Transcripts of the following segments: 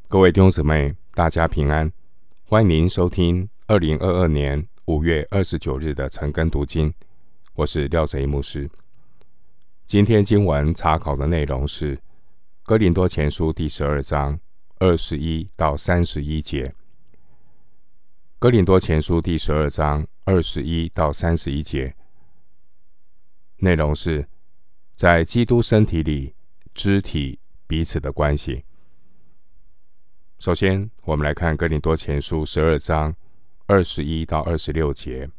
各位弟兄姊妹，大家平安，欢迎您收听2022年5月29日的晨更读经，我是廖哲一牧师。今天经文查考的内容是哥林多前书第12章21到31节。哥林多前书第12章21到31节，内容是在基督身体里肢体彼此的关系。首先，我们来看哥林多前书12章21到26节。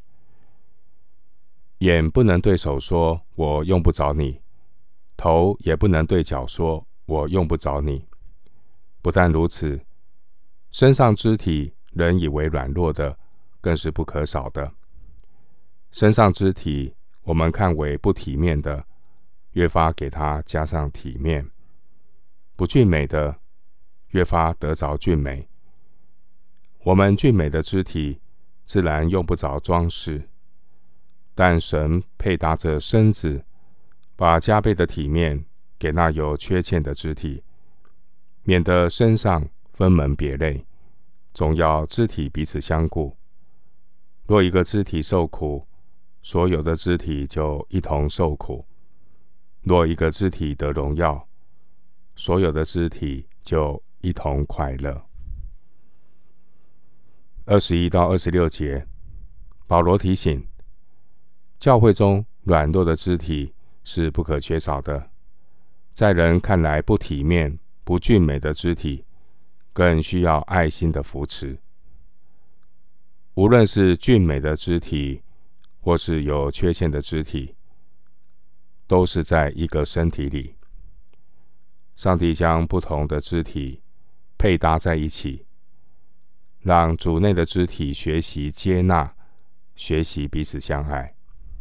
眼不能对手说我用不着你，头也不能对脚说我用不着你。不但如此，身上肢体人以为软弱的，更是不可少的。身上肢体我们看为不体面的，越发给它加上体面；不俊美的，越发得着俊美。我们俊美的肢体自然用不着装饰，但神配搭着身子，把加倍的体面给那有缺欠的肢体，免得身上分门别类，总要肢体彼此相顾。若一个肢体受苦，所有的肢体就一同受苦；若一个肢体得荣耀，所有的肢体就一同快乐。21到26节，保罗提醒，教会中软弱的肢体是不可缺少的，在人看来不体面、不俊美的肢体，更需要爱心的扶持。无论是俊美的肢体，或是有缺陷的肢体，都是在一个身体里。上帝将不同的肢体配搭在一起，让主内的肢体学习接纳，学习彼此相爱。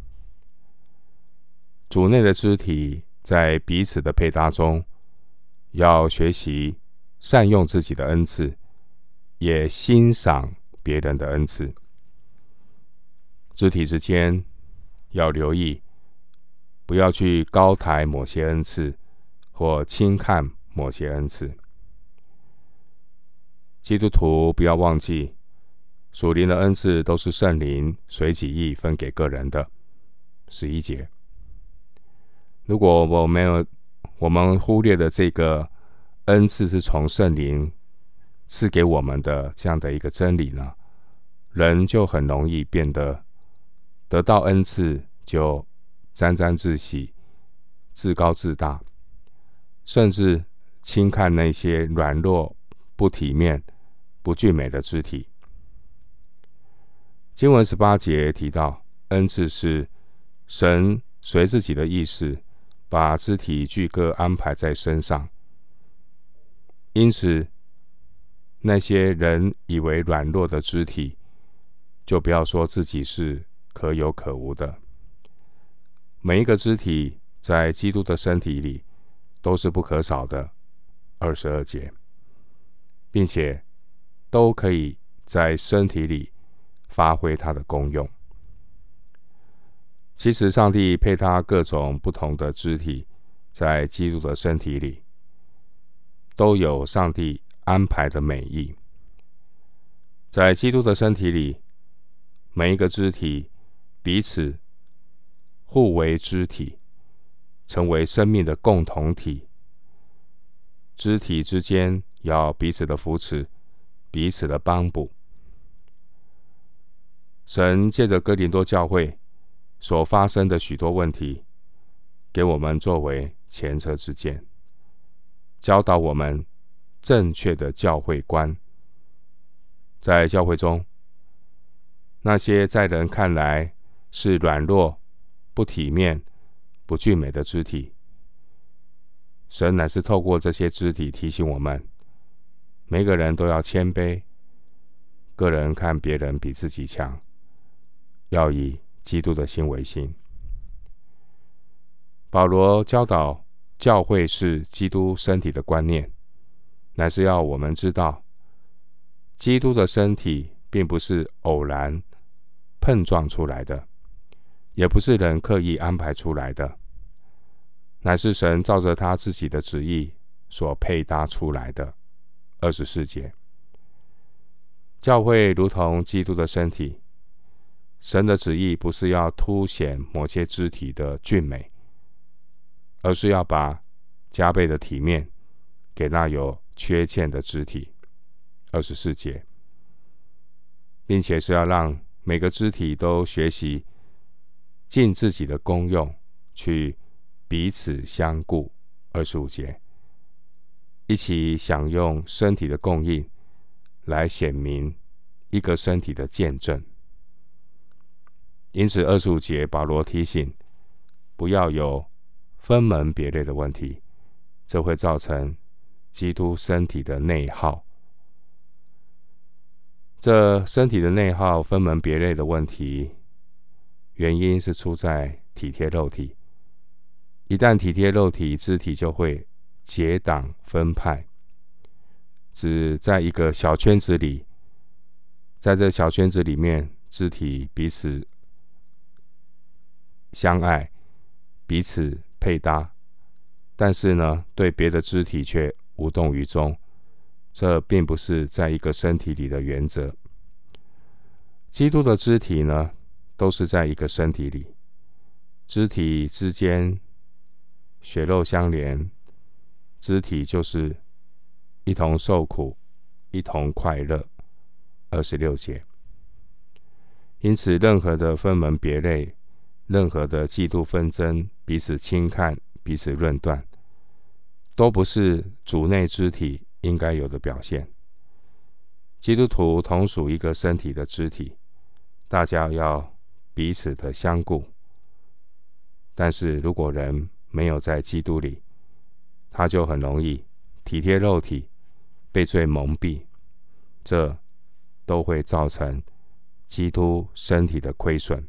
主内的肢体在彼此的配搭中，要学习善用自己的恩赐，也欣赏别人的恩赐。肢体之间要留意，不要去高抬某些恩赐，或轻看某些恩赐。基督徒不要忘记，属灵的恩赐都是圣灵随己意分给个人的。11节，如果我们忽略的这个恩赐是从圣灵赐给我们的这样的一个真理呢，人就很容易变得得到恩赐就沾沾自喜、自高自大，甚至轻看那些软弱、不体面、不俊美的肢体。经文18节提到，恩赐是神随自己的意思把肢体俱各安排在身上，因此那些人以为软弱的肢体，就不要说自己是可有可无的。每一个肢体在基督的身体里都是不可少的，22节，并且都可以在身体里发挥它的功用。其实上帝配搭各种不同的肢体在基督的身体里，都有上帝安排的美意。在基督的身体里，每一个肢体彼此互为肢体，成为生命的共同体。肢体之间要彼此的扶持，彼此的帮补。神借着哥林多教会所发生的许多问题，给我们作为前车之鉴，教导我们正确的教会观。在教会中，那些在人看来是软弱、不体面、不俊美的肢体，神乃是透过这些肢体提醒我们，每个人都要谦卑，个人看别人比自己强，要以基督的心为心。保罗教导教会是基督身体的观念，乃是要我们知道，基督的身体并不是偶然碰撞出来的，也不是人刻意安排出来的，乃是神照着他自己的旨意所配搭出来的。 24节。教会如同基督的身体，神的旨意不是要凸显某些肢体的俊美，而是要把加倍的体面给那有缺陷的肢体。24节，并且是要让每个肢体都学习尽自己的功用，去彼此相顾。25节，一起享用身体的供应，来显明一个身体的见证。因此25节保罗提醒，不要有分门别类的问题，这会造成基督身体的内耗。这身体的内耗、分门别类的问题，原因是出在体贴肉体。一旦体贴肉体，肢体就会结党分派，只在一个小圈子里，在这小圈子里面，肢体彼此相爱，彼此配搭，但是呢，对别的肢体却无动于衷。这并不是在一个身体里的原则。基督的肢体呢，都是在一个身体里，肢体之间血肉相连，肢体就是一同受苦，一同快乐。26节。因此，任何的分门别类，任何的嫉妒纷争，彼此轻看，彼此论断，都不是主内肢体应该有的表现。基督徒同属一个身体的肢体，大家要彼此的相顾。但是如果人没有在基督里，他就很容易体贴肉体，被罪蒙蔽，这都会造成基督身体的亏损。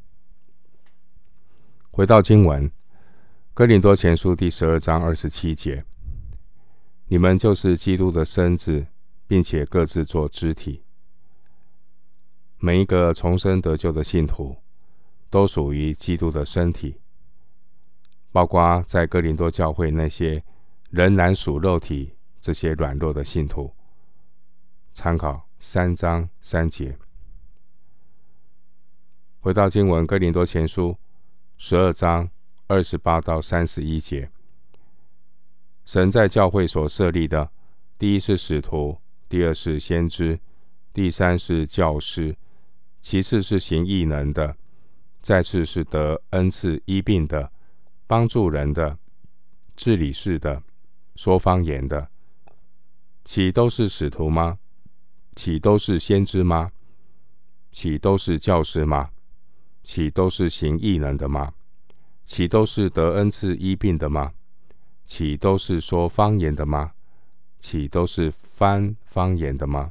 回到经文，哥林多前书第12章27节，你们就是基督的身子，并且各自做肢体。每一个重生得救的信徒都属于基督的身体，包括在哥林多教会那些仍然属肉体这些软弱的信徒。参考3章3节。回到经文，哥林多前书12章28到31节，神在教会所设立的，第一是使徒，第二是先知，第三是教师，其次是行异能的，再次是得恩赐医病的，帮助人的，治理事的，说方言的。岂都是使徒吗？岂都是先知吗？岂都是教师吗？岂都是行异能的吗？岂都是得恩赐医病的吗？岂都是说方言的吗？岂都是翻方言的吗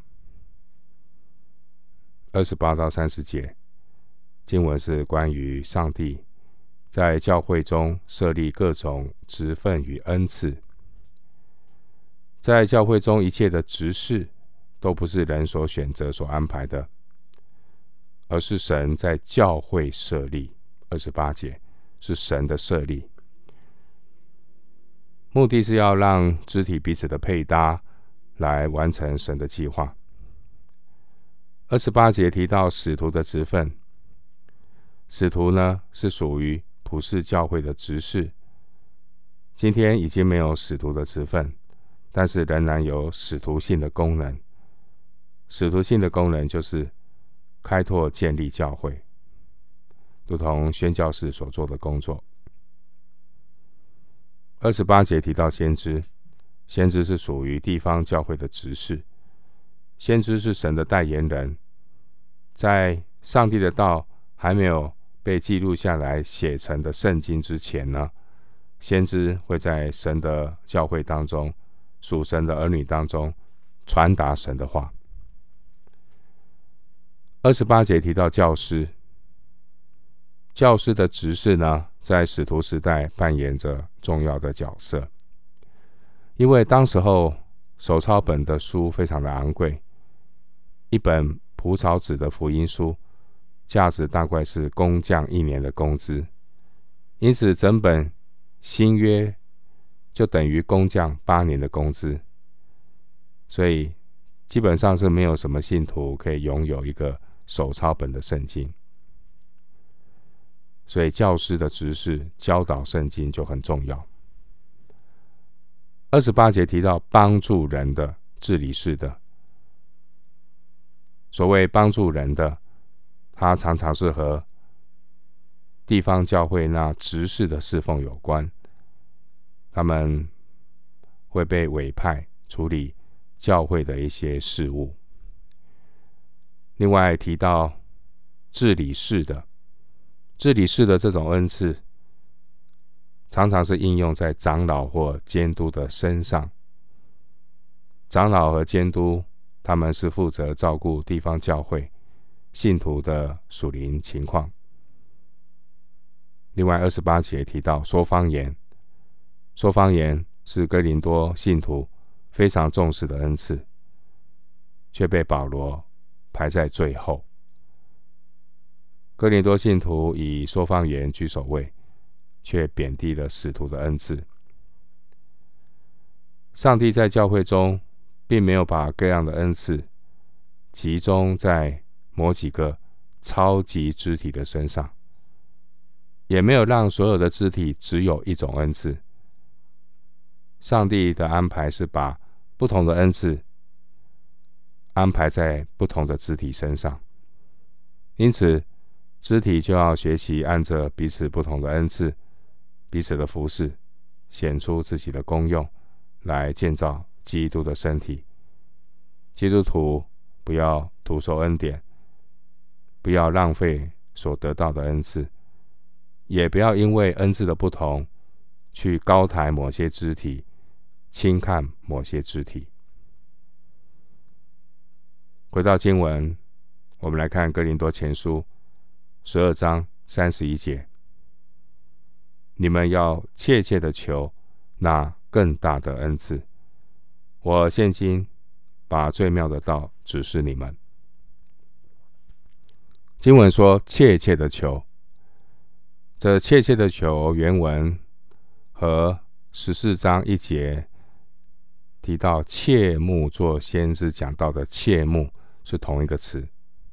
？28到30节，经文是关于上帝在教会中设立各种职分与恩赐。在教会中一切的职事都不是人所选择所安排的，而是神在教会设立。28节是神的设立，目的是要让肢体彼此的配搭，来完成神的计划。28节提到使徒的职分，使徒呢是属于普世教会的执事。今天已经没有使徒的职分，但是仍然有使徒性的功能。使徒性的功能就是开拓建立教会，如同宣教士所做的工作。28节提到先知，先知是属于地方教会的执事。先知是神的代言人，在上帝的道还没有被记录下来写成的圣经之前呢，先知会在神的教会当中，属神的儿女当中传达神的话。28节提到教师，教师的职事呢，在使徒时代扮演着重要的角色，因为当时候手抄本的书非常的昂贵，一本蒲草纸的福音书价值大概是工匠1年的工资，因此整本新约就等于工匠8年的工资。 所以基本上是没有什么信徒可以拥有一个手抄本的圣经。所以教师的职事教导圣经就很重要。28节提到帮助人的、治理事的。所谓帮助人的，他常常是和地方教会那执事的侍奉有关，他们会被委派处理教会的一些事务。另外提到治理事的，治理事的这种恩赐，常常是应用在长老或监督的身上。长老和监督，他们是负责照顾地方教会信徒的属灵情况。另外28节提到说方言，说方言是哥林多信徒非常重视的恩赐，却被保罗排在最后。哥林多信徒以说方言居首位，却贬低了使徒的恩赐。上帝在教会中并没有把各样的恩赐集中在某几个超级肢体的身上，也没有让所有的肢体只有一种恩赐。上帝的安排是把不同的恩赐安排在不同的肢体身上，因此肢体就要学习按着彼此不同的恩赐，彼此的服事，显出自己的功用，来建造基督的身体。基督徒不要徒受恩典，不要浪费所得到的恩赐，也不要因为恩赐的不同去高抬某些肢体，轻看某些肢体。回到经文，我们来看哥林多前书12章31节，你们要切切的求那更大的恩赐。我现今把最妙的道指示你们。经文说切切的求，这切切的求原文和14章1节提到切慕做先知讲到的切慕是同一个词。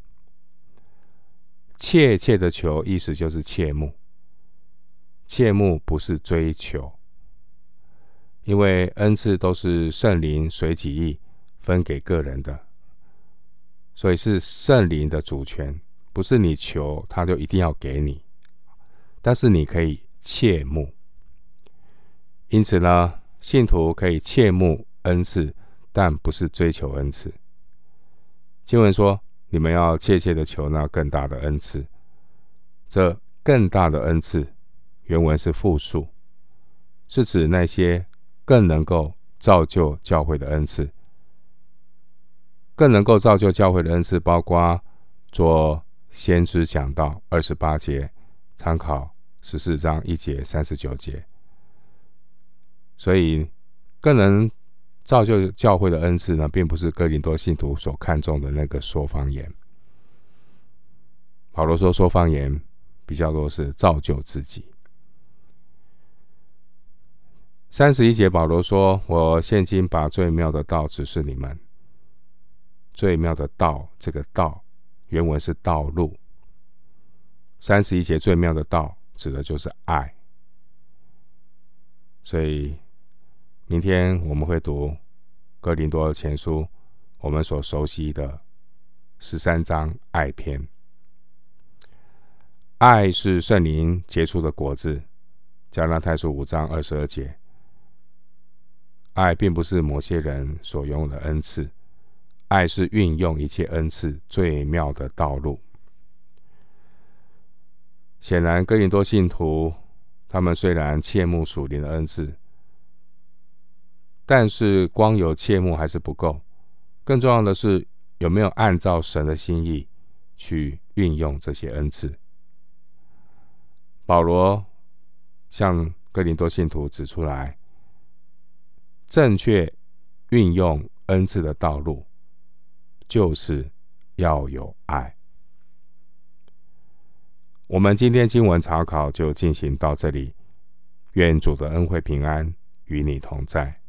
切切的求意思就是切慕，切慕不是追求，因为恩赐都是圣灵随己意分给个人的，所以是圣灵的主权，不是你求他就一定要给你，但是你可以切慕。因此呢，信徒可以切慕恩赐，但不是追求恩赐。经文说你们要切切的求那更大的恩赐，这更大的恩赐原文是复数，是指那些更能够造就教会的恩赐。更能够造就教会的恩赐包括做先知讲道28节，参考14章1节39节。所以更能造就教会的恩赐呢，并不是哥林多信徒所看重的那个说方言。保罗说方言比较多是造就自己。31节保罗说，我现今把最妙的道指示你们。最妙的道，这个道原文是道路。31节最妙的道指的就是爱。所以明天我们会读哥林多前书我们所熟悉的13章爱篇。爱是圣灵结出的果子，加拉太书5章22节。爱并不是某些人所拥有的恩赐，爱是运用一切恩赐最妙的道路。显然哥林多信徒他们虽然切慕属灵的恩赐，但是光有切慕还是不够，更重要的是有没有按照神的心意去运用这些恩赐。保罗向哥林多信徒指出来，正确运用恩赐的道路就是要有爱。我们今天经文查考就进行到这里，愿主的恩惠平安与你同在。